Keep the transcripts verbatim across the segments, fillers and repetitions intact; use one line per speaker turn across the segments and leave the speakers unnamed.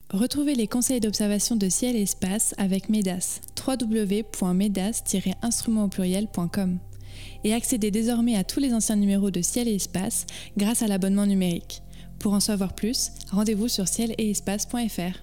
Retrouvez les conseils d'observation de ciel et espace avec MEDAS, w w w point medas tiret instrument au pluriel point com. Et accédez désormais à tous les anciens numéros de Ciel et Espace grâce à l'abonnement numérique. Pour en savoir plus, rendez-vous sur ciel et espace point f r.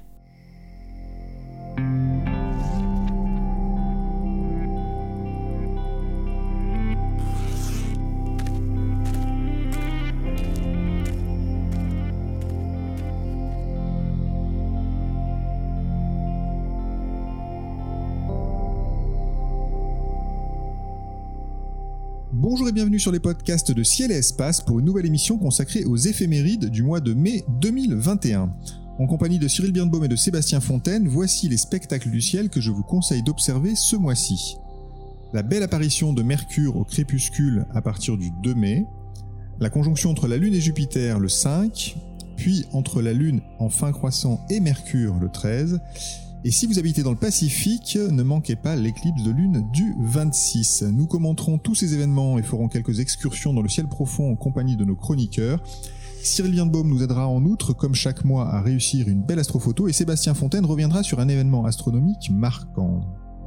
Bonjour et bienvenue sur les podcasts de Ciel et Espace pour une nouvelle émission consacrée aux éphémérides du mois de mai deux mille vingt et un. En compagnie de Cyril Birnbaum et de Sébastien Fontaine, voici les spectacles du ciel que je vous conseille d'observer ce mois-ci. La belle apparition de Mercure au crépuscule à partir du deux mai, la conjonction entre la Lune et Jupiter le cinq, puis entre la Lune en fin croissant et Mercure le treize, et si vous habitez dans le Pacifique, ne manquez pas l'éclipse de lune du vingt-six. Nous commenterons tous ces événements et ferons quelques excursions dans le ciel profond en compagnie de nos chroniqueurs. Cyril Birnbaum nous aidera en outre, comme chaque mois, à réussir une belle astrophoto et Sébastien Fontaine reviendra sur un événement astronomique marquant.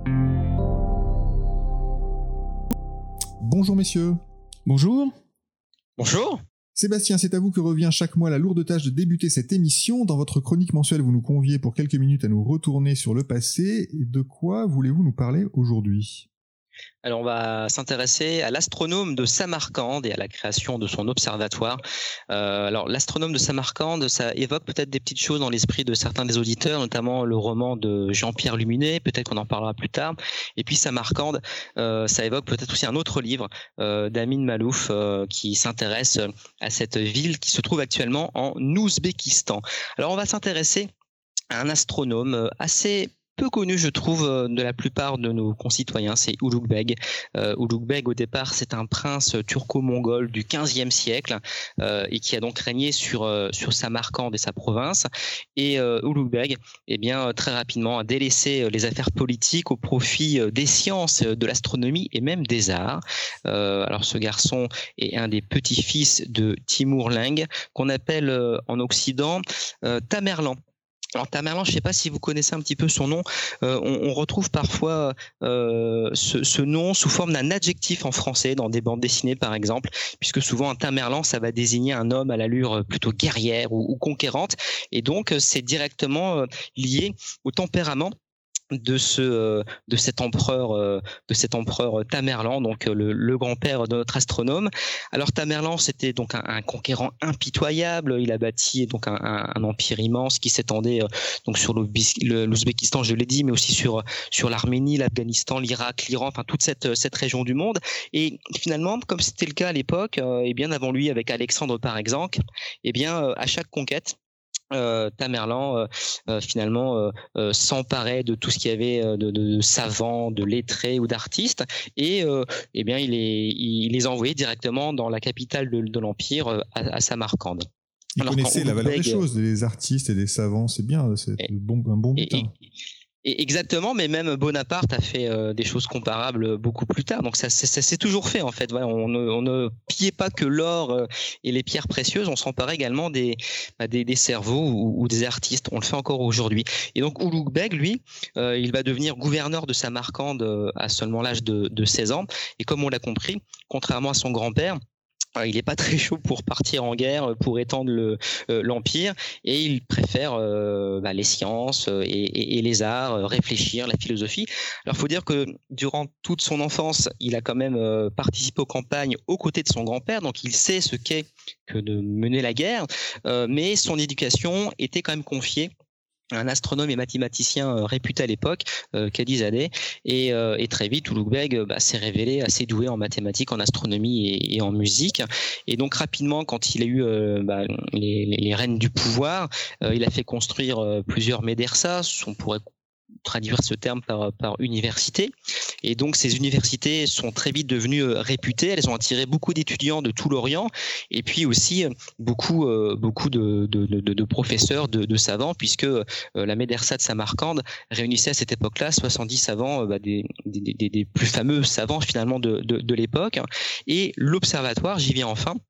Bonjour messieurs.
Bonjour.
Bonjour.
Sébastien, c'est à vous que revient chaque mois la lourde tâche de débuter cette émission. Dans votre chronique mensuelle, vous nous conviez pour quelques minutes à nous retourner sur le passé. De quoi voulez-vous nous parler aujourd'hui ?
Alors on va s'intéresser à l'astronome de Samarcande et à la création de son observatoire. Euh, alors l'astronome de Samarcande, ça évoque peut-être des petites choses dans l'esprit de certains des auditeurs, notamment le roman de Jean-Pierre Luminet, peut-être qu'on en parlera plus tard. Et puis Samarcande, euh, ça évoque peut-être aussi un autre livre euh, d'Amin Malouf euh, qui s'intéresse à cette ville qui se trouve actuellement en Ouzbékistan. Alors on va s'intéresser à un astronome assez peu connu, je trouve, de la plupart de nos concitoyens, c'est Ulugh Beg. Euh, Ulugh Beg, au départ, c'est un prince turco-mongol du quinzième siècle euh, et qui a donc régné sur euh, sur Samarcande et sa province. Et euh, Ulugh Beg, eh bien, très rapidement, a délaissé les affaires politiques au profit des sciences, de l'astronomie et même des arts. Euh, alors, ce garçon est un des petits-fils de Timur Lenk, qu'on appelle euh, en Occident euh, Tamerlan. Alors Tamerlan, je ne sais pas si vous connaissez un petit peu son nom, euh, on, on retrouve parfois euh, ce, ce nom sous forme d'un adjectif en français dans des bandes dessinées par exemple, puisque souvent un Tamerlan ça va désigner un homme à l'allure plutôt guerrière ou, ou conquérante, et donc c'est directement euh, lié au tempérament de ce euh, de cet empereur euh, de cet empereur Tamerlan, donc euh, le, le grand-père de notre astronome. Alors Tamerlan, c'était donc un, un conquérant impitoyable. Il a bâti donc un, un, un empire immense qui s'étendait euh, donc sur l'Ouzbékistan, je l'ai dit, mais aussi sur sur l'Arménie, l'Afghanistan, l'Irak, l'Iran, enfin toute cette cette région du monde. Et finalement, comme c'était le cas à l'époque, euh, et bien avant lui avec Alexandre par exemple, et bien euh, à chaque conquête, Euh, Tamerlan euh, euh, finalement euh, euh, s'emparait de tout ce qu'il y avait euh, de, de, de savants, de lettrés ou d'artistes, et euh, eh bien il les il les envoyait directement dans la capitale de, de l'empire, euh, à, à Samarcande.
Il Alors, connaissait la valeur Beg, des choses, des artistes et des savants, c'est bien, c'est et, bon, un bon butin.
Et exactement, mais même Bonaparte a fait euh, des choses comparables beaucoup plus tard. Donc ça, ça, ça s'est toujours fait en fait. Voilà, on ne, on ne pillait pas que l'or euh, et les pierres précieuses, on s'emparait également des, bah, des, des cerveaux ou, ou des artistes. On le fait encore aujourd'hui. Et donc Ulugh Beg, lui, euh, il va devenir gouverneur de Samarcande euh, à seulement l'âge de, de seize ans. Et comme on l'a compris, contrairement à son grand-père, il n'est pas très chaud pour partir en guerre, pour étendre le, euh, l'empire, et il préfère euh, bah, les sciences et, et, et les arts, euh, réfléchir, la philosophie. Alors il faut dire que durant toute son enfance, il a quand même euh, participé aux campagnes aux côtés de son grand-père, donc il sait ce qu'est que de mener la guerre, euh, mais son éducation était quand même confiée un astronome et mathématicien euh, réputé à l'époque, euh, Kadizadeh, et, euh, et très vite Ulugh Beg euh, bah, s'est révélé assez doué en mathématiques, en astronomie et, et en musique. Et donc rapidement, quand il a eu euh, bah, les, les, les rênes du pouvoir, euh, il a fait construire euh, plusieurs médersas, on pourrait traduire ce terme par, par université. Et donc, ces universités sont très vite devenues réputées. Elles ont attiré beaucoup d'étudiants de tout l'Orient et puis aussi beaucoup, beaucoup de, de, de, de professeurs, de, de savants, puisque la médersa de Samarcande réunissait à cette époque-là soixante-dix savants, bah, des, des, des, des plus fameux savants finalement de, de, de l'époque. Et l'observatoire, j'y viens enfin,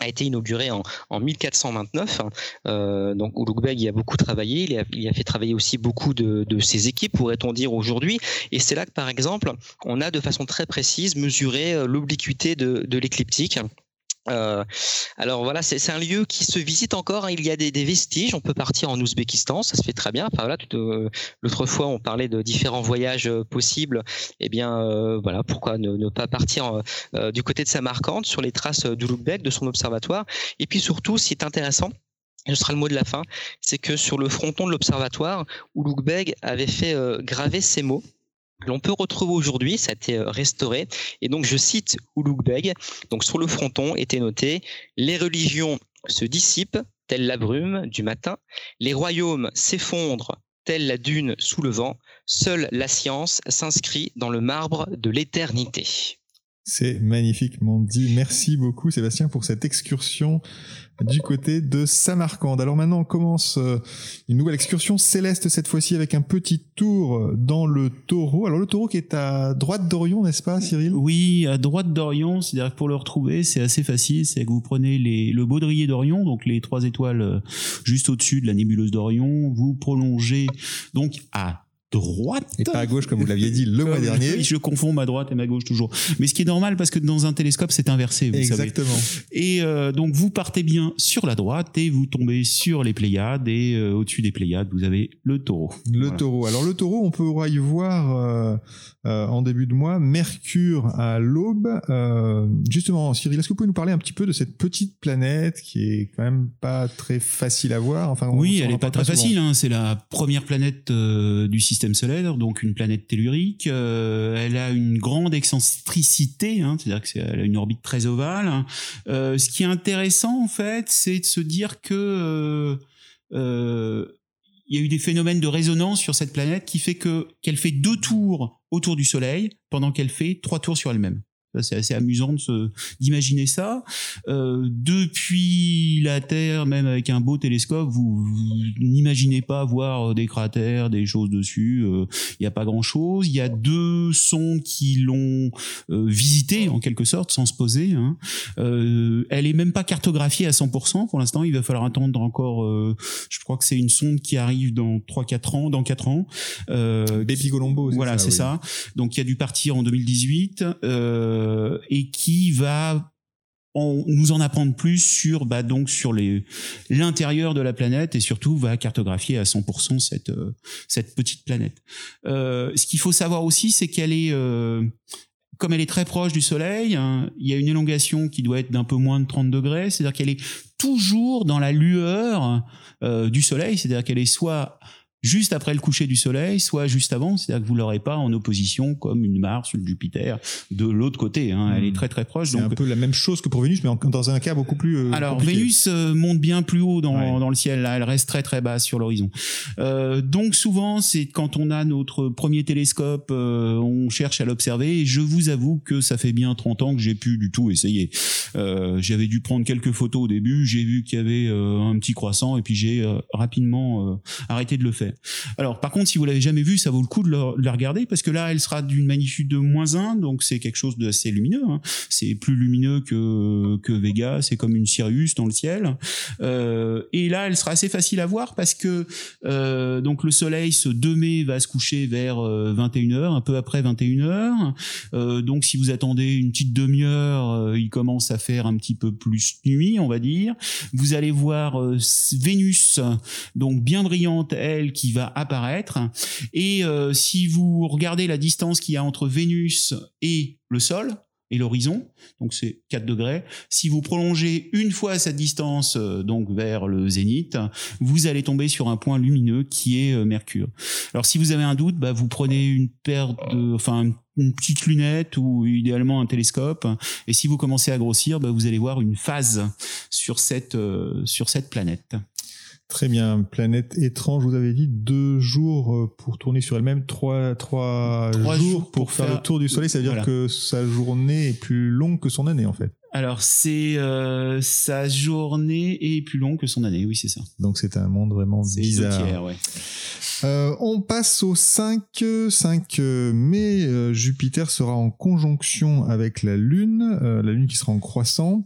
a été inauguré en, en mille quatre cent vingt-neuf. Euh, donc Ulugh Beg y a beaucoup travaillé, il a, il a fait travailler aussi beaucoup de, de ses équipes, pourrait-on dire aujourd'hui. Et c'est là que, par exemple, on a de façon très précise mesuré l'obliquité de, de l'écliptique. Euh, alors voilà, c'est, c'est un lieu qui se visite encore. Il y a des, des vestiges. On peut partir en Ouzbékistan, ça se fait très bien. Enfin voilà, tout, euh, l'autre fois on parlait de différents voyages euh, possibles. Eh bien euh, voilà, pourquoi ne, ne pas partir euh, du côté de Samarcande sur les traces d'Ulugh Beg, de son observatoire. Et puis surtout, ce qui est intéressant, et ce sera le mot de la fin, c'est que sur le fronton de l'observatoire, Ulugh Beg avait fait euh, graver ces mots. L'on peut retrouver aujourd'hui, ça a été restauré, et donc je cite Ulugh Beg. Donc sur le fronton était noté « Les religions se dissipent, telle la brume du matin, les royaumes s'effondrent, telle la dune sous le vent, seule la science s'inscrit dans le marbre de l'éternité ».
C'est magnifiquement dit. Merci beaucoup Sébastien pour cette excursion du côté de Samarcande. Alors maintenant on commence une nouvelle excursion céleste cette fois-ci avec un petit tour dans le taureau. Alors le taureau qui est à droite d'Orion, n'est-ce pas Cyril ?
Oui, à droite d'Orion, c'est-à-dire que pour le retrouver c'est assez facile, c'est que vous prenez les, le baudrier d'Orion, donc les trois étoiles juste au-dessus de la nébuleuse d'Orion, vous prolongez donc à droite.
Et pas à gauche comme vous l'aviez dit le mois dernier.
Oui, je confonds ma droite et ma gauche toujours. Mais ce qui est normal parce que dans un télescope c'est inversé, vous
Exactement.
savez. Et euh, donc vous partez bien sur la droite et vous tombez sur les Pléiades et euh, au-dessus des Pléiades vous avez le taureau.
Le
voilà.
taureau. Alors le taureau, on pourra y voir euh, euh, en début de mois Mercure à l'aube. Euh, justement, Cyril, est-ce que vous pouvez nous parler un petit peu de cette petite planète qui est quand même pas très facile à voir ? Enfin,
oui, elle est pas très facile. Hein. C'est la première planète euh, du système solaire, donc une planète tellurique. Euh, elle a une grande excentricité, hein, c'est-à-dire qu'elle a une orbite très ovale. Euh, ce qui est intéressant en fait, c'est de se dire que euh, euh, il y a eu des phénomènes de résonance sur cette planète qui fait que qu'elle fait deux tours autour du Soleil pendant qu'elle fait trois tours sur elle-même. C'est assez amusant de se, d'imaginer ça. Euh, depuis la Terre, même avec un beau télescope, vous, vous n'imaginez pas voir des cratères, des choses dessus. Il euh, n'y a pas grand-chose. Il y a deux sondes qui l'ont euh, visité en quelque sorte, sans se poser. Hein. Euh, elle est même pas cartographiée à cent pour cent pour l'instant. Il va falloir attendre encore. Euh, je crois que c'est une sonde qui arrive dans trois quatre ans, dans quatre ans.
Euh, Baby Colombo. C'est
voilà,
ça,
c'est
oui.
ça. Donc il a dû partir en deux mille dix-huit. Euh, et qui va en, nous en apprendre plus sur bah donc sur les l'intérieur de la planète et surtout va cartographier à cent pour cent cette euh, cette petite planète. Euh, ce qu'il faut savoir aussi, c'est qu'elle est euh, comme elle est très proche du Soleil, hein, il y a une élongation qui doit être d'un peu moins de trente degrés, c'est-à-dire qu'elle est toujours dans la lueur euh, du Soleil, c'est-à-dire qu'elle est soit juste après le coucher du Soleil, soit juste avant, c'est-à-dire que vous l'aurez pas en opposition comme une Mars ou le Jupiter de l'autre côté. Hein, mmh. Elle est très très proche.
C'est
donc
un peu la même chose que pour Vénus, mais en, dans un cas beaucoup plus. Euh,
alors
compliqué.
Vénus euh, monte bien plus haut dans,
ouais.
dans le ciel. Là, elle reste très très basse sur l'horizon. Euh, donc souvent, c'est quand on a notre premier télescope, euh, on cherche à l'observer. Et je vous avoue que ça fait bien trente ans que j'ai pu du tout essayer. Euh, j'avais dû prendre quelques photos au début. J'ai vu qu'il y avait euh, un petit croissant et puis j'ai euh, rapidement euh, arrêté de le faire. Alors par contre, si vous l'avez jamais vu, ça vaut le coup de, le, de la regarder parce que là, elle sera d'une magnitude de moins un, donc c'est quelque chose d'assez lumineux. Hein. C'est plus lumineux que que Vega, c'est comme une Sirius dans le ciel. Euh, et là, elle sera assez facile à voir parce que euh, donc le Soleil, ce deux mai, va se coucher vers euh, vingt et une heures, un peu après vingt et une heures. Euh, donc si vous attendez une petite demi-heure, euh, il commence à faire un petit peu plus nuit, on va dire. Vous allez voir euh, Vénus, donc bien brillante, elle, qui va apparaître. Et euh, si vous regardez la distance qu'il y a entre Vénus et le sol et l'horizon, donc c'est quatre degrés, si vous prolongez une fois cette distance euh, donc vers le zénith, vous allez tomber sur un point lumineux qui est euh, Mercure. Alors si vous avez un doute, bah, vous prenez une paire de, enfin une petite lunette ou idéalement un télescope, et si vous commencez à grossir, bah, vous allez voir une phase sur cette euh, sur cette planète.
Très bien, planète étrange, vous avez dit deux jours pour tourner sur elle-même, trois, trois, trois jours, jours pour, pour faire, faire le tour du Soleil, ça veut voilà. dire que sa journée est plus longue que son année en fait.
Alors c'est euh, sa journée est plus longue que son année, oui c'est ça.
Donc c'est un monde vraiment
c'est
bizarre.
Tiers, ouais.
Euh, on passe au cinq mai, euh, Jupiter sera en conjonction avec la Lune, euh, la Lune qui sera en croissant.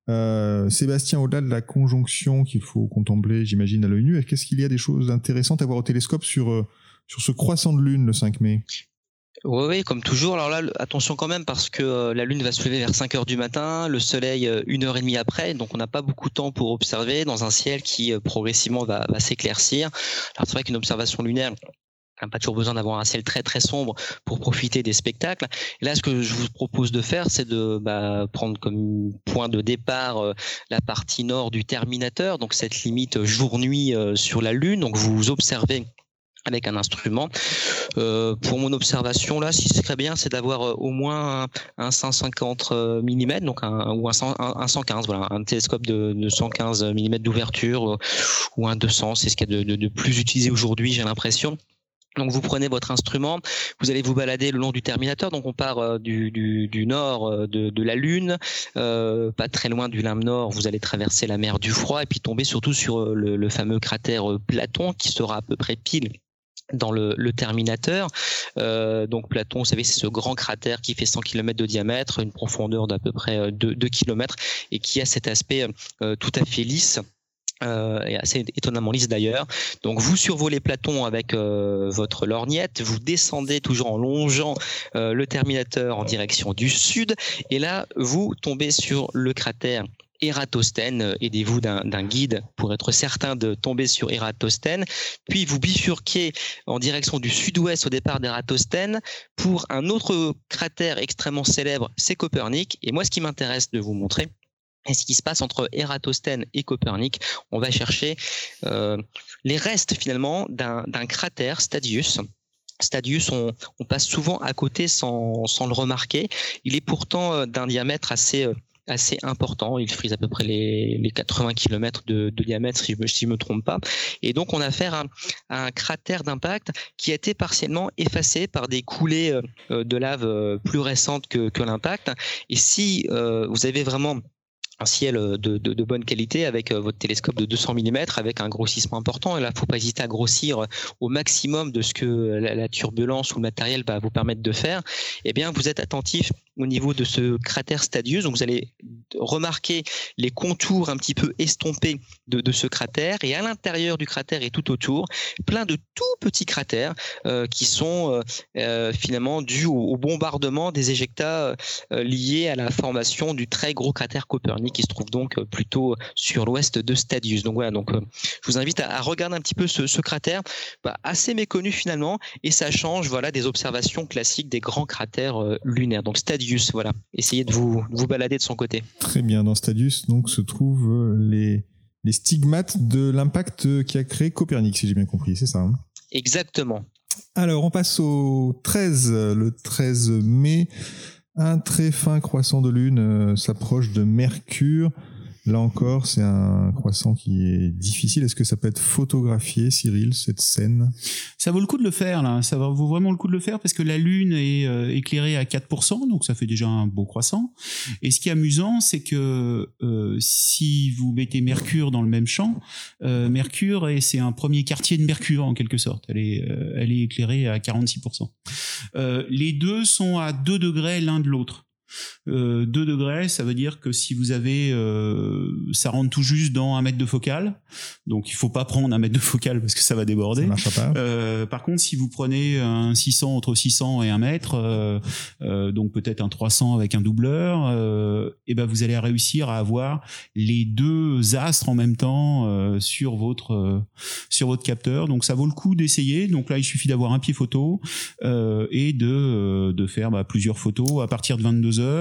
Euh, Sébastien, au-delà de la conjonction qu'il faut contempler, j'imagine, à l'œil nu, est-ce qu'il y a des choses intéressantes à voir au télescope sur, euh, sur ce croissant de lune le cinq mai ?
Oui, oui, comme toujours. Alors là, attention quand même parce que euh, la Lune va se lever vers cinq heures du matin, le Soleil euh, une heure et demie après, donc on n'a pas beaucoup de temps pour observer dans un ciel qui euh, progressivement va, va s'éclaircir. Alors c'est vrai qu'une observation lunaire, on n'a pas toujours besoin d'avoir un ciel très très sombre pour profiter des spectacles. Et là, ce que je vous propose de faire, c'est de bah, prendre comme point de départ euh, la partie nord du terminateur, donc cette limite jour-nuit euh, sur la Lune. Donc vous observez avec un instrument. Euh, pour mon observation là, ce qui serait bien, c'est d'avoir euh, au moins un, un cinq cent cinquante millimètres, donc un ou un, cent, un, un cent quinze, voilà, un télescope de, de cent quinze millimètres d'ouverture, euh, ou un deux cents, c'est ce qu'il y a de, de, de plus utilisé aujourd'hui, j'ai l'impression. Donc vous prenez votre instrument, vous allez vous balader le long du terminateur. Donc on part euh, du, du, du nord euh, de, de la Lune, euh, pas très loin du lame nord. Vous allez traverser la mer du Froid et puis tomber surtout sur le, le fameux cratère Platon qui sera à peu près pile dans le, le terminateur. Euh, donc Platon, vous savez, c'est ce grand cratère qui fait cent kilomètres de diamètre, une profondeur d'à peu près deux, deux kilomètres et qui a cet aspect euh, tout à fait lisse. Euh, et assez étonnamment lisse d'ailleurs. Donc vous survolez Platon avec euh, votre lorgnette, vous descendez toujours en longeant euh, le terminateur en direction du sud, et là vous tombez sur le cratère Ératosthène. Aidez-vous d'un, d'un guide pour être certain de tomber sur Ératosthène, puis vous bifurquez en direction du sud-ouest au départ d'Ératosthène pour un autre cratère extrêmement célèbre, c'est Copernic. Et moi, ce qui m'intéresse de vous montrer, et ce qui se passe entre Ératosthène et Copernic, on va chercher euh, les restes finalement d'un, d'un cratère, Stadius. Stadius, on, on passe souvent à côté sans, sans le remarquer. Il est pourtant euh, d'un diamètre assez, euh, assez important. Il frise à peu près les, les quatre-vingts kilomètres de, de diamètre, si je ne si me trompe pas. Et donc, on a affaire à, à un cratère d'impact qui a été partiellement effacé par des coulées euh, de lave euh, plus récentes que, que l'impact. Et si euh, vous avez vraiment un ciel de, de, de bonne qualité avec votre télescope de deux cents millimètres avec un grossissement important, et là il ne faut pas hésiter à grossir au maximum de ce que la, la turbulence ou le matériel va vous permettre de faire. Eh bien vous êtes attentif au niveau de ce cratère Stadius, donc vous allez remarquer les contours un petit peu estompés de, de ce cratère, et à l'intérieur du cratère et tout autour plein de tout petits cratères euh, qui sont euh, euh, finalement dus au, au bombardement des éjectats euh, liés à la formation du très gros cratère Copernic qui se trouve donc plutôt sur l'ouest de Stadius. Donc voilà, donc euh, je vous invite à, à regarder un petit peu ce, ce cratère, bah, assez méconnu finalement, et ça change voilà des observations classiques des grands cratères euh, lunaires. Donc Stadius, voilà, essayez de vous, vous balader de son côté.
Très bien, dans Stadius donc se trouvent les, les stigmates de l'impact qui a créé Copernic, si j'ai bien compris, c'est ça hein ?
Exactement.
Alors on passe au treize, le treize mai. Un très fin croissant de lune euh, s'approche de Mercure. Là encore, c'est un croissant qui est difficile. Est-ce que ça peut être photographié, Cyril, cette scène ?
Ça vaut le coup de le faire, là. Ça vaut vraiment le coup de le faire parce que la Lune est euh, éclairée à quatre pour cent, donc ça fait déjà un beau croissant. Et ce qui est amusant, c'est que euh, si vous mettez Mercure dans le même champ, euh, Mercure, et c'est un premier quartier de Mercure en quelque sorte. Elle est, euh, elle est éclairée à quarante-six pour cent. Euh, les deux sont à deux degrés l'un de l'autre. Euh, deux degrés, ça veut dire que si vous avez, euh, ça rentre tout juste dans un mètre de focale, donc il faut pas prendre un mètre de focale parce que ça va déborder.
Ça marche pas.
Euh, par contre, si vous prenez un six cents, entre six cents et un mètre, euh, euh, donc peut-être un trois cents avec un doubleur, euh, et ben vous allez réussir à avoir les deux astres en même temps euh, sur votre euh, sur votre capteur. Donc ça vaut le coup d'essayer. Donc là, il suffit d'avoir un pied photo euh, et de euh, de faire bah, plusieurs photos à partir de vingt-deux heures.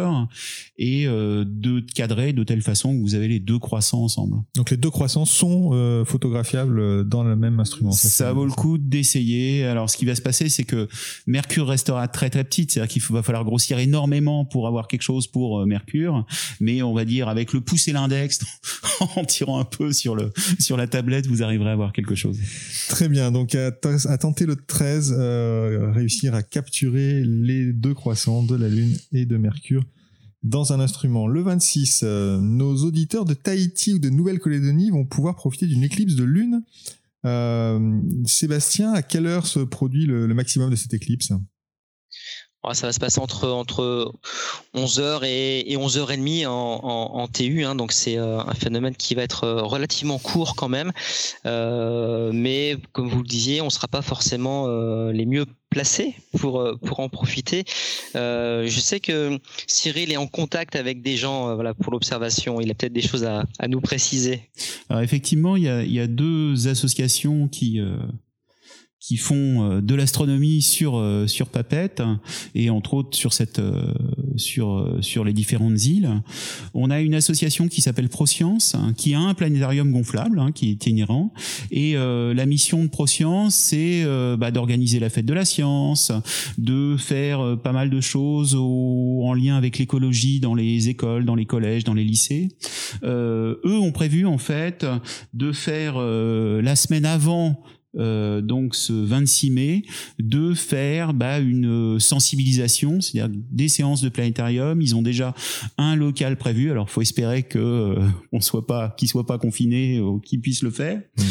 Et euh, de cadrer de telle façon que vous avez les deux croissants ensemble.
Donc les deux croissants sont euh, photographiables dans le même instrument.
Ça, ça vaut le coup d'essayer. Alors ce qui va se passer, c'est que Mercure restera très très petite, c'est-à-dire qu'il va falloir grossir énormément pour avoir quelque chose pour euh, Mercure, mais on va dire avec le pouce et l'index, en tirant un peu sur, le, sur la tablette, vous arriverez à avoir quelque chose.
Très bien, donc à, t- à tenter le treize, euh, réussir à capturer les deux croissants de la Lune et de Mercure dans un instrument. Le vingt-six, euh, nos auditeurs de Tahiti ou de Nouvelle-Calédonie vont pouvoir profiter d'une éclipse de lune. Euh, Sébastien, à quelle heure se produit le, le maximum de cette éclipse ?
Alors, ça va se passer entre entre onze heures et, et onze heures trente en, en, en T U, hein, donc c'est euh, un phénomène qui va être relativement court quand même, euh, mais comme vous le disiez, on ne sera pas forcément euh, les mieux placés pour pour en profiter. Euh, je sais que Cyril est en contact avec des gens, euh, voilà, pour l'observation. Il a peut-être des choses à, à nous préciser.
Alors effectivement, il y a il y a deux associations qui euh... qui font de l'astronomie sur sur Papette et entre autres sur cette sur sur les différentes îles. On a une association qui s'appelle ProScience, qui a un planétarium gonflable, hein, qui est itinérant, et euh, la mission de ProScience, c'est euh, bah, d'organiser la fête de la science, de faire pas mal de choses au, en lien avec l'écologie dans les écoles, dans les collèges, dans les lycées. Euh, eux ont prévu en fait de faire euh, la semaine avant Euh, donc ce vingt-six mai, de faire bah, une sensibilisation, c'est-à-dire des séances de planétarium. Ils ont déjà un local prévu. Alors, faut espérer que euh, on soit pas, qu'ils soient pas confinés, ou qu'ils puissent le faire. Mmh.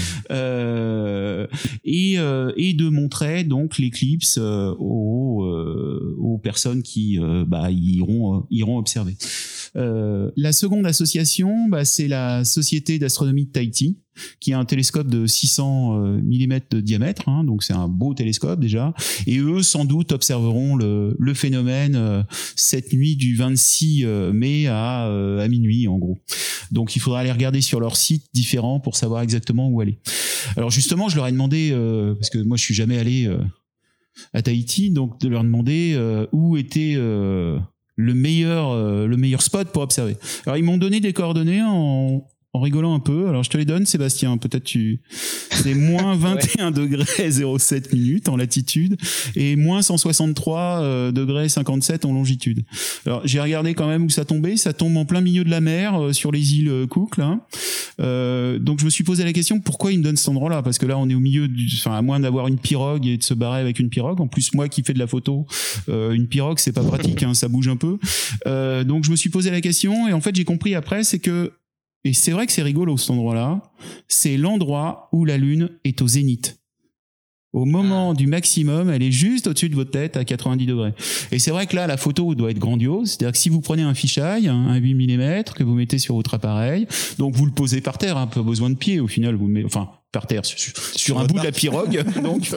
Euh, et euh, et de montrer donc l'éclipse euh, aux euh, aux personnes qui euh, bah iront euh, iront observer. Euh, la seconde association, bah, c'est la Société d'astronomie de Tahiti, qui a un télescope de six cents millimètres de diamètre, hein, donc c'est un beau télescope déjà, et eux sans doute observeront le, le phénomène euh, cette nuit du vingt-six mai à, euh, à minuit en gros. Donc il faudra aller regarder sur leur site différent pour savoir exactement où aller. Alors justement, je leur ai demandé, euh, parce que moi je suis jamais allé euh, à Tahiti, donc de leur demander euh, où était euh, le meilleur euh, le meilleur spot pour observer. Alors ils m'ont donné des coordonnées en en rigolant un peu. Alors je te les donne, Sébastien, peut-être tu... C'est moins vingt et un degrés zéro sept minutes en latitude et moins cent soixante-trois euh, degrés cinquante-sept en longitude. Alors j'ai regardé quand même où ça tombait. Ça tombe en plein milieu de la mer, euh, sur les îles Cook, là. Euh, donc je me suis posé la question, pourquoi ils me donnent cet endroit-là? Parce que là on est au milieu du... Enfin, à moins d'avoir une pirogue et de se barrer avec une pirogue. En plus, moi qui fais de la photo, euh, une pirogue c'est pas pratique, hein, ça bouge un peu. Euh, donc je me suis posé la question et en fait j'ai compris après, c'est que, et c'est vrai que c'est rigolo cet endroit-là, c'est l'endroit où la Lune est au zénith. Au moment du maximum, elle est juste au-dessus de votre tête à quatre-vingt-dix degrés. Et c'est vrai que là, la photo doit être grandiose. C'est-à-dire que si vous prenez un fisheye, un huit millimètres, que vous mettez sur votre appareil, donc vous le posez par terre, hein, pas besoin de pied au final, vous mettez, enfin, par terre, sur, sur, sur un bout de la pirogue. Donc,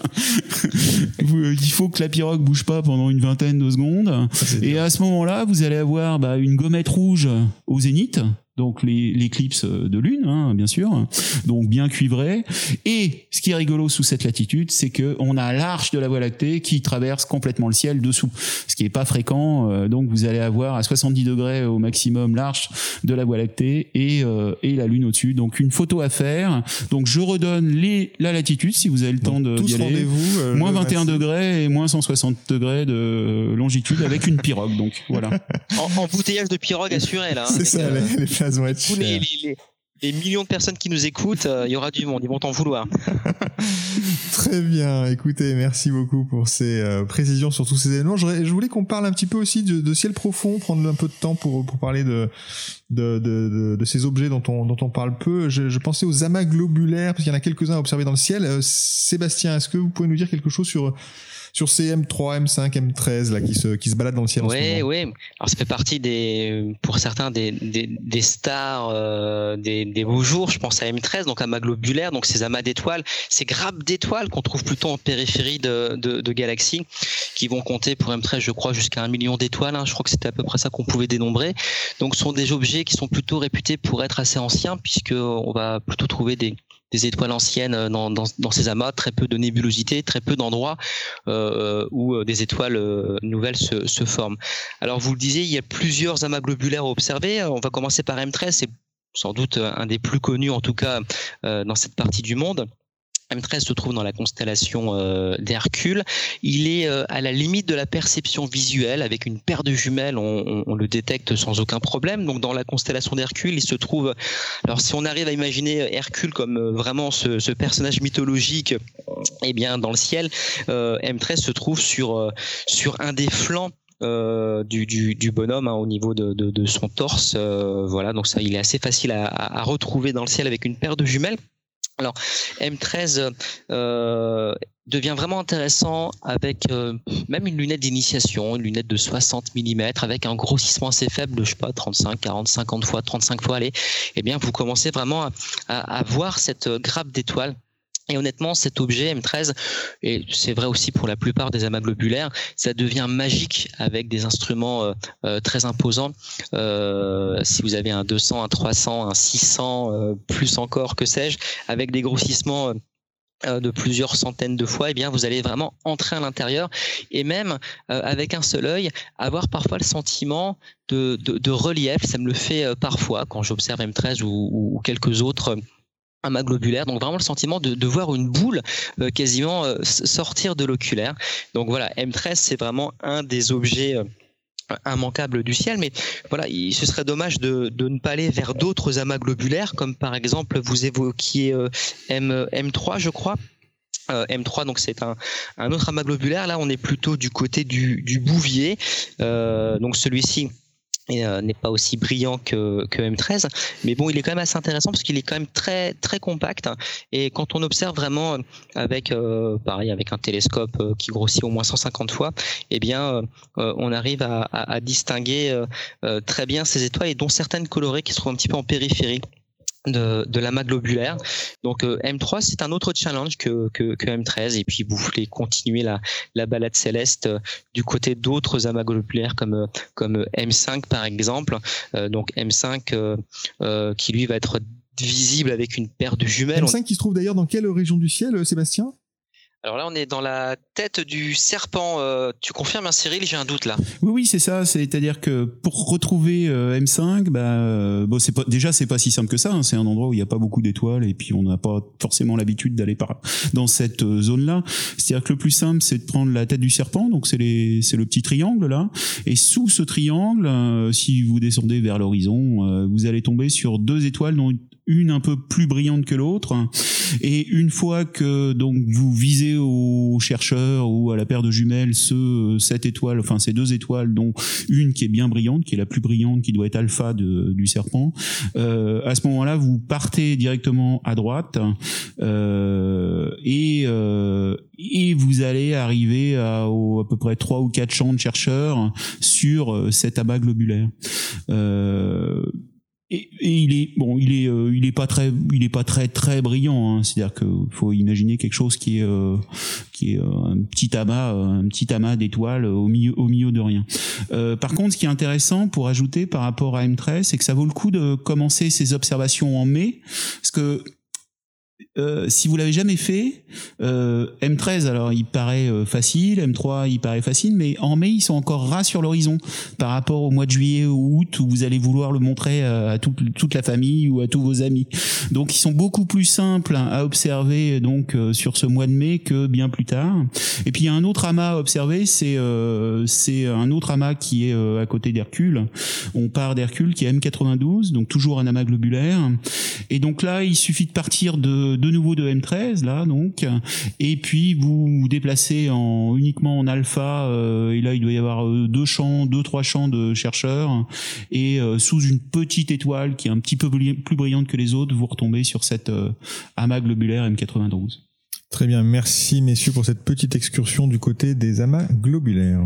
vous, il faut que la pirogue bouge pas pendant une vingtaine de secondes. Ça, et bien. À ce moment-là, vous allez avoir bah, une gommette rouge au zénith. Donc les, l'éclipse de lune, hein, bien sûr, donc bien cuivré. Et ce qui est rigolo sous cette latitude, c'est que on a l'arche de la Voie lactée qui traverse complètement le ciel dessous, ce qui est pas fréquent. Euh, donc vous allez avoir à soixante-dix degrés au maximum l'arche de la Voie lactée et euh, et la lune au-dessus. Donc une photo à faire. Donc je redonne les la latitude si vous avez le donc, temps de
tous
d'y aller.
Rendez-vous. Euh,
moins vingt et un degrés et moins cent soixante degrés de longitude avec une pirogue. Donc voilà.
En, embouteillage de pirogue assuré là. Hein,
c'est ça. Euh... Les, les
Tous les, les, les, les millions de personnes qui nous écoutent, il euh, y aura du monde, ils vont t'en vouloir.
Très bien, écoutez, merci beaucoup pour ces euh, précisions sur tous ces éléments. Je, je voulais qu'on parle un petit peu aussi de, de ciel profond, prendre un peu de temps pour, pour parler de, de, de, de, de ces objets dont on, dont on parle peu. Je, je pensais aux amas globulaires, parce qu'il y en a quelques-uns à observer dans le ciel. Euh, Sébastien, est-ce que vous pouvez nous dire quelque chose sur... sur ces M trois, M cinq, M treize là qui se qui se baladent dans le ciel.
Oui, oui. Alors ça fait partie des, pour certains des des, des stars euh, des des beaux jours. Je pense à M treize, donc amas globulaire, donc ces amas d'étoiles, ces grappes d'étoiles qu'on trouve plutôt en périphérie de de, de galaxies, qui vont compter pour M treize, je crois, jusqu'à un million d'étoiles. Hein. Je crois que c'était à peu près ça qu'on pouvait dénombrer. Donc ce sont des objets qui sont plutôt réputés pour être assez anciens, puisque on va plutôt trouver des des étoiles anciennes dans, dans, dans ces amas, très peu de nébulosité, très peu d'endroits euh, où des étoiles euh, nouvelles se, se forment. Alors vous le disiez, il y a plusieurs amas globulaires à observer. On va commencer par M treize, c'est sans doute un des plus connus en tout cas euh, dans cette partie du monde. M treize se trouve dans la constellation euh, d'Hercule. Il est euh, à la limite de la perception visuelle. Avec une paire de jumelles, on, on, on le détecte sans aucun problème. Donc dans la constellation d'Hercule, il se trouve... Alors si on arrive à imaginer Hercule comme euh, vraiment ce, ce personnage mythologique, eh bien dans le ciel, euh, M treize se trouve sur, euh, sur un des flancs Euh, du, du, du bonhomme, hein, au niveau de, de, de son torse. Euh, voilà, donc ça, il est assez facile à, à retrouver dans le ciel avec une paire de jumelles. Alors, M treize euh, devient vraiment intéressant avec euh, même une lunette d'initiation, une lunette de soixante millimètres avec un grossissement assez faible de, je sais pas, trente-cinq, quarante, cinquante fois, trente-cinq fois, allez, eh bien, vous commencez vraiment à, à, à voir cette grappe d'étoiles. Et honnêtement, cet objet M treize, et c'est vrai aussi pour la plupart des amas globulaires, ça devient magique avec des instruments euh, euh, très imposants. Euh, si vous avez un deux cents, un trois cents, un six cents, euh, plus encore, que sais-je, avec des grossissements euh, de plusieurs centaines de fois, eh bien, vous allez vraiment entrer à l'intérieur et même euh, avec un seul œil, avoir parfois le sentiment de, de, de relief. Ça me le fait euh, parfois quand j'observe M treize ou, ou quelques autres amas globulaire, donc vraiment le sentiment de, de voir une boule euh, quasiment euh, sortir de l'oculaire. Donc voilà, M treize, c'est vraiment un des objets euh, immanquables du ciel, mais voilà, il, ce serait dommage de, de ne pas aller vers d'autres amas globulaires, comme par exemple vous évoquiez euh, M, M3, je crois. Euh, M trois, donc c'est un, un autre amas globulaire. Là, on est plutôt du côté du, du Bouvier. Euh, donc celui-ci et euh, n'est pas aussi brillant que, que M treize, mais bon, il est quand même assez intéressant parce qu'il est quand même très très compact, hein, et quand on observe vraiment avec euh, pareil avec un télescope euh, qui grossit au moins cent cinquante fois, eh bien euh, on arrive à, à, à distinguer euh, euh, très bien ces étoiles, et dont certaines colorées qui se trouvent un petit peu en périphérie de, de l'amas globulaire. Donc euh, M trois, c'est un autre challenge que, que, que M treize, et puis vous voulez continuer la, la balade céleste euh, du côté d'autres amas globulaires comme, comme M cinq par exemple. Euh, donc M cinq euh, euh, qui lui va être visible avec une paire de jumelles.
M cinq qui se trouve d'ailleurs dans quelle région du ciel, Sébastien ?
Alors là, on est dans la tête du serpent. Euh, tu confirmes, hein, Cyril? J'ai un doute là.
Oui, oui, c'est ça. C'est-à-dire que pour retrouver euh, M cinq, bah, euh, bon, c'est pas déjà c'est pas si simple que ça. Hein. C'est un endroit où il n'y a pas beaucoup d'étoiles et puis on n'a pas forcément l'habitude d'aller par dans cette euh, zone-là. C'est-à-dire que le plus simple, c'est de prendre la tête du serpent. Donc c'est les c'est le petit triangle là. Et sous ce triangle, euh, si vous descendez vers l'horizon, euh, vous allez tomber sur deux étoiles dont une un peu plus brillante que l'autre, et une fois que donc vous visez au chercheur ou à la paire de jumelles ce cette étoile, enfin ces deux étoiles, dont une qui est bien brillante, qui est la plus brillante, qui doit être alpha de, du serpent, euh, à ce moment-là vous partez directement à droite euh, et euh, et vous allez arriver à, au, à peu près trois ou quatre champs de chercheurs sur cet amas globulaire. Euh, Et, et il est bon, il est, euh, il est pas très, il est pas très très brillant. Hein. C'est-à-dire que faut imaginer quelque chose qui est, euh, qui est euh, un petit amas, euh, un petit amas d'étoiles au milieu, au milieu de rien. Euh, par contre, ce qui est intéressant pour ajouter par rapport à M treize, c'est que ça vaut le coup de commencer ces observations en mai, parce que Euh, si vous l'avez jamais fait, euh, M treize, alors il paraît euh, facile, M trois il paraît facile, mais en mai ils sont encore ras sur l'horizon par rapport au mois de juillet ou août où vous allez vouloir le montrer à, à tout, toute la famille ou à tous vos amis. Donc ils sont beaucoup plus simples à observer donc euh, sur ce mois de mai que bien plus tard. Et puis il y a un autre amas à observer, c'est euh, c'est un autre amas qui est euh, à côté d'Hercule. On part d'Hercule qui est M quatre-vingt-douze, donc toujours un amas globulaire. Et donc là il suffit de partir de de nouveau de M treize là donc, et puis vous vous déplacez en uniquement en alpha, euh, et là il doit y avoir deux champs, deux trois champs de chercheurs, et euh, sous une petite étoile qui est un petit peu plus brillante que les autres, vous retombez sur cette euh, amas globulaire M quatre-vingt-douze.
Très bien, merci messieurs pour cette petite excursion du côté des amas globulaires.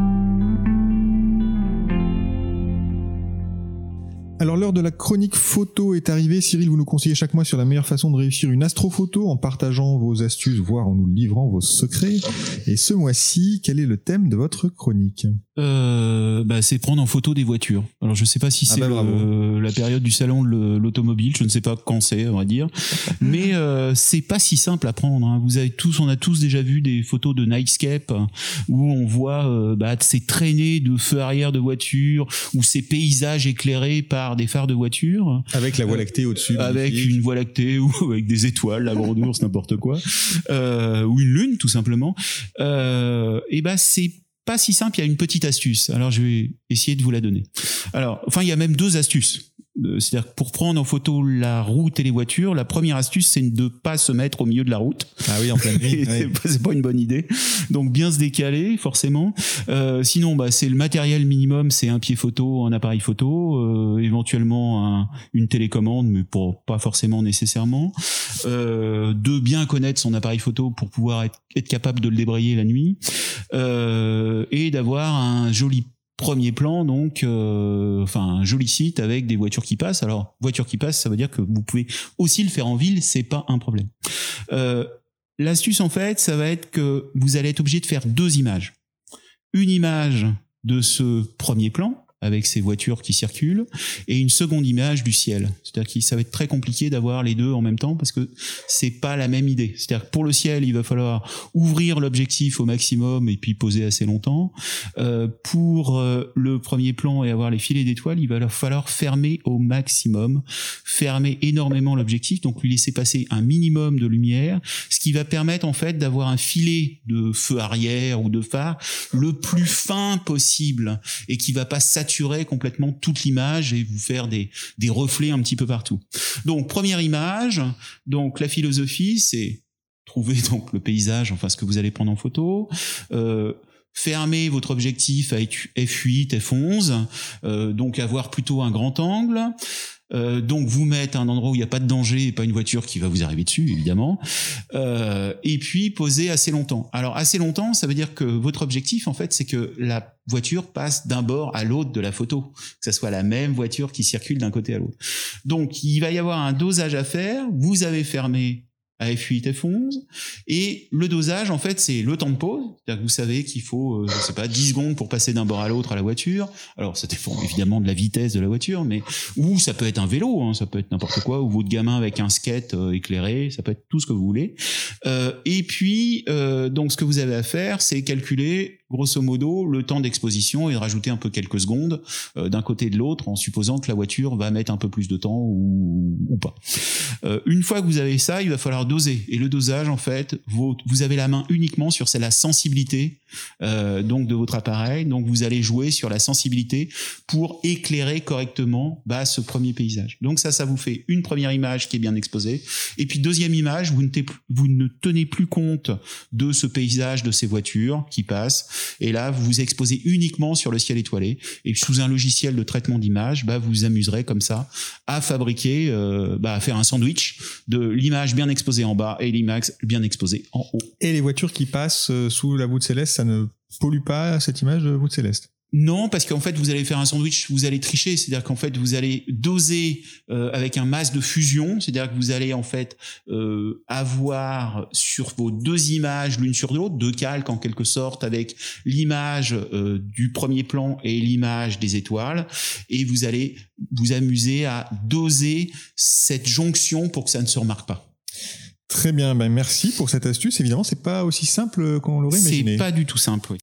Alors l'heure de la chronique photo est arrivée. Cyril, vous nous conseillez chaque mois sur la meilleure façon de réussir une astrophoto en partageant vos astuces, voire en nous livrant vos secrets. Et ce mois-ci, quel est le thème de votre chronique ?
Euh, bah, c'est prendre en photo des voitures. Alors je sais pas si c'est ah bah, le, la période du salon de l'automobile, je ne sais pas quand c'est, on va dire, mais euh, c'est pas si simple à prendre. Hein. Vous avez tous, on a tous déjà vu des photos de Nightscape où on voit euh, bah, ces traînées de feux arrière de voitures ou ces paysages éclairés par des phares de voitures
avec la voie lactée au-dessus,
avec magnifique. Une voie lactée ou avec des étoiles, la grande ours, n'importe quoi, euh, ou une lune tout simplement. Euh, et ben bah, c'est pas si simple, il y a une petite astuce. Alors je vais essayer de vous la donner. Alors, enfin, il y a même deux astuces. c'est-à-dire que pour prendre en photo la route et les voitures, la première astuce, c'est de ne pas se mettre au milieu de la route.
Ah oui, en pleine nuit.
c'est, pas, c'est pas une bonne idée. Donc bien se décaler, forcément. Euh, sinon, bah, c'est le matériel minimum, c'est un pied photo, un appareil photo, euh, éventuellement un, une télécommande, mais pour, pas forcément nécessairement. Euh, de bien connaître son appareil photo pour pouvoir être, être capable de le débrayer la nuit. Euh, et d'avoir un joli premier plan, donc euh, enfin un joli site avec des voitures qui passent. Alors voitures qui passent, ça veut dire que vous pouvez aussi le faire en ville, c'est pas un problème. Euh, l'astuce en fait, ça va être que vous allez être obligé de faire deux images. Une image de ce premier plan avec ces voitures qui circulent et une seconde image du ciel. C'est-à-dire que ça va être très compliqué d'avoir les deux en même temps parce que c'est pas la même idée. C'est-à-dire que pour le ciel, il va falloir ouvrir l'objectif au maximum et puis poser assez longtemps. Euh, pour euh, le premier plan et avoir les filets d'étoiles, il va falloir fermer au maximum, fermer énormément l'objectif, donc lui laisser passer un minimum de lumière, ce qui va permettre en fait d'avoir un filet de feu arrière ou de phare le plus fin possible et qui va pas saturer complètement toute l'image et vous faire des, des reflets un petit peu partout. Donc, première image, donc la philosophie, c'est trouver donc le paysage, enfin ce que vous allez prendre en photo, euh, fermer votre objectif à F huit, F onze, euh, donc avoir plutôt un grand angle. Euh, donc vous mettre à un endroit où il n'y a pas de danger et pas une voiture qui va vous arriver dessus, évidemment. Euh, et puis poser assez longtemps. Alors assez longtemps, ça veut dire que votre objectif, en fait, c'est que la voiture passe d'un bord à l'autre de la photo, que ça soit la même voiture qui circule d'un côté à l'autre. Donc il va y avoir un dosage à faire. Vous avez fermé à F huit, F onze, et le dosage, en fait, c'est le temps de pause. C'est-à-dire que vous savez qu'il faut, euh, je sais pas, dix secondes pour passer d'un bord à l'autre à la voiture. Alors, ça dépend évidemment de la vitesse de la voiture, mais ou ça peut être un vélo, hein, ça peut être n'importe quoi, ou votre gamin avec un skate euh, éclairé, ça peut être tout ce que vous voulez. Euh, et puis, euh, donc, ce que vous avez à faire, c'est calculer grosso modo le temps d'exposition et de rajouter un peu quelques secondes euh, d'un côté et de l'autre en supposant que la voiture va mettre un peu plus de temps ou, ou pas. Euh, une fois que vous avez ça, il va falloir doser. Et le dosage, en fait, vous, vous avez la main uniquement sur c'est la sensibilité euh, donc de votre appareil. Donc vous allez jouer sur la sensibilité pour éclairer correctement bah, ce premier paysage. Donc ça, ça vous fait une première image qui est bien exposée. Et puis deuxième image, vous ne, t- vous ne tenez plus compte de ce paysage, de ces voitures qui passent. Et là, vous vous exposez uniquement sur le ciel étoilé. Et sous un logiciel de traitement d'image, bah, vous vous amuserez comme ça à fabriquer, euh, bah, à faire un sandwich de l'image bien exposée en bas et l'image bien exposée en haut.
Et les voitures qui passent sous la voûte céleste, ça ne pollue pas cette image de voûte céleste?
Non, parce qu'en fait, vous allez faire un sandwich, vous allez tricher, c'est-à-dire qu'en fait, vous allez doser euh, avec un masque de fusion, c'est-à-dire que vous allez en fait euh, avoir sur vos deux images l'une sur l'autre, deux calques en quelque sorte, avec l'image euh, du premier plan et l'image des étoiles, et vous allez vous amuser à doser cette jonction pour que ça ne se remarque pas.
Très bien, ben merci pour cette astuce. Évidemment, c'est pas aussi simple qu'on l'aurait imaginé.
C'est pas du tout simple, oui.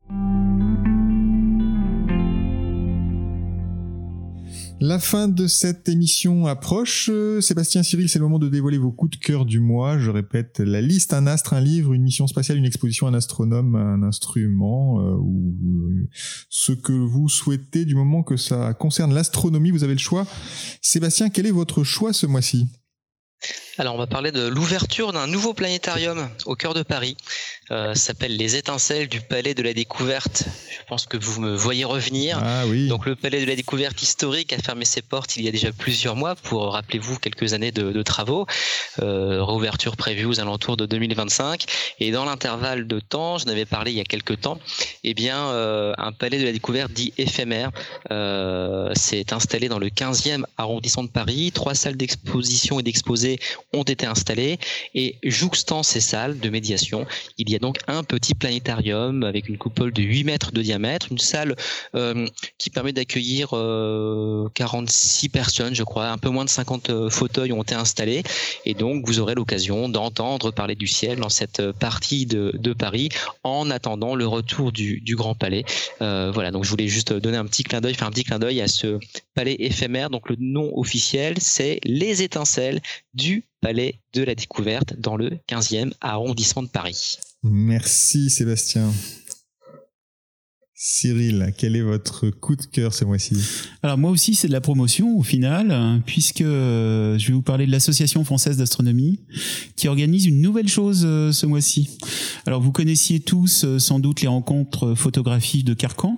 La fin de cette émission approche. Sébastien, Cyril, c'est le moment de dévoiler vos coups de cœur du mois. Je répète, la liste, un astre, un livre, une mission spatiale, une exposition, un astronome, un instrument, euh, ou euh, ce que vous souhaitez du moment que ça concerne l'astronomie. Vous avez le choix. Sébastien, quel est votre choix ce mois-ci ?
Alors, on va parler de l'ouverture d'un nouveau planétarium au cœur de Paris. Euh, ça s'appelle les Étincelles du Palais de la Découverte. Je pense que vous me voyez revenir.
Ah oui.
Donc, le Palais de la Découverte historique a fermé ses portes il y a déjà plusieurs mois pour, rappelez-vous, quelques années de, de travaux. Euh, réouverture prévue aux alentours de deux mille vingt-cinq. Et dans l'intervalle de temps, j'en avais parlé il y a quelques temps, eh bien, euh, un Palais de la Découverte dit éphémère euh, s'est installé dans le quinzième arrondissement de Paris. Trois salles d'exposition et d'exposés ont été installées et jouxtant ces salles de médiation, il y a donc un petit planétarium avec une coupole de huit mètres de diamètre, une salle euh, qui permet d'accueillir euh, quarante-six personnes, je crois, un peu moins de cinquante fauteuils ont été installés et donc vous aurez l'occasion d'entendre parler du ciel dans cette partie de, de Paris en attendant le retour du, du Grand Palais. Euh, voilà, donc je voulais juste donner un petit clin d'œil, faire un petit clin d'œil à ce palais éphémère. Donc le nom officiel, c'est les Étincelles du Palais de la Découverte dans le quinzième arrondissement de Paris.
Merci Sébastien. Cyril, quel est votre coup de cœur ce mois-ci ?
Alors moi aussi c'est de la promotion au final, puisque je vais vous parler de l'Association française d'astronomie qui organise une nouvelle chose ce mois-ci. Alors vous connaissiez tous sans doute les rencontres photographiques de Carcan,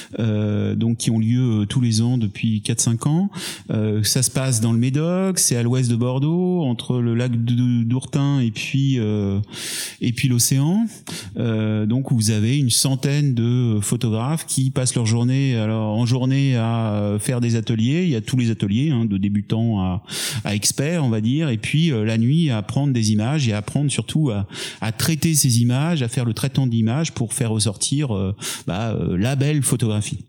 euh, donc qui ont lieu tous les ans depuis quatre cinq ans. Euh, ça se passe dans le Médoc, c'est à l'ouest de Bordeaux, entre le lac d'Ourtin et puis euh, et puis l'océan. Euh, donc vous avez une centaine de photographes qui passent leur journée, alors en journée à faire des ateliers. Il y a tous les ateliers, hein, de débutants à, à experts, on va dire, et puis euh, la nuit à prendre des images et à apprendre surtout à, à traiter ces images, à faire le traitement d'images pour faire ressortir euh, bah, euh, la belle photographie.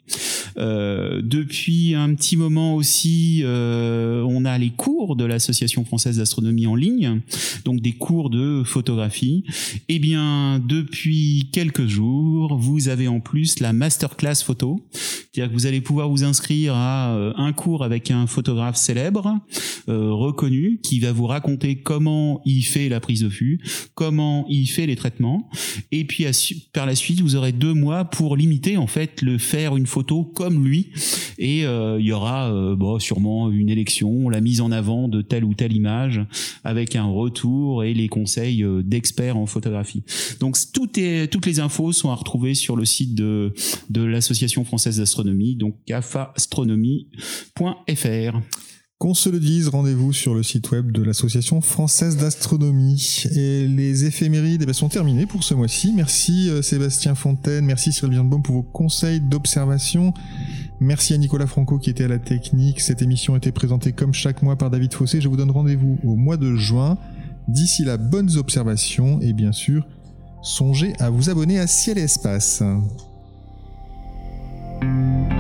Euh, depuis un petit moment aussi, euh, on a les cours de l'Association française d'astronomie en ligne, donc des cours de photographie. Eh bien, depuis quelques jours, vous avez en plus la masterclass photo, c'est-à-dire que vous allez pouvoir vous inscrire à euh, un cours avec un photographe célèbre, euh, reconnu, qui va vous raconter comment il fait la prise de vue, comment il fait les traitements, et puis à, par la suite, vous aurez deux mois pour limiter en fait le faire une photo comme lui, et euh, il y aura euh, bon, sûrement une élection, la mise en avant de telle ou telle image avec un retour et les conseils euh, d'experts en photographie. Donc tout est, toutes les infos sont à retrouver sur le site de, de l'Association française d'astronomie, donc a f a astronomie point f r.
Qu'on se le dise, rendez-vous sur le site web de l'Association française d'astronomie. Et les éphémérides eh bien, sont terminées pour ce mois-ci. Merci euh, Sébastien Fontaine, merci Cyril Birnbaum pour vos conseils d'observation. Merci à Nicolas Franco qui était à la technique. Cette émission était présentée comme chaque mois par David Fossé. Je vous donne rendez-vous au mois de juin. D'ici là, bonnes observations et bien sûr, songez à vous abonner à Ciel et Espace. Thank you.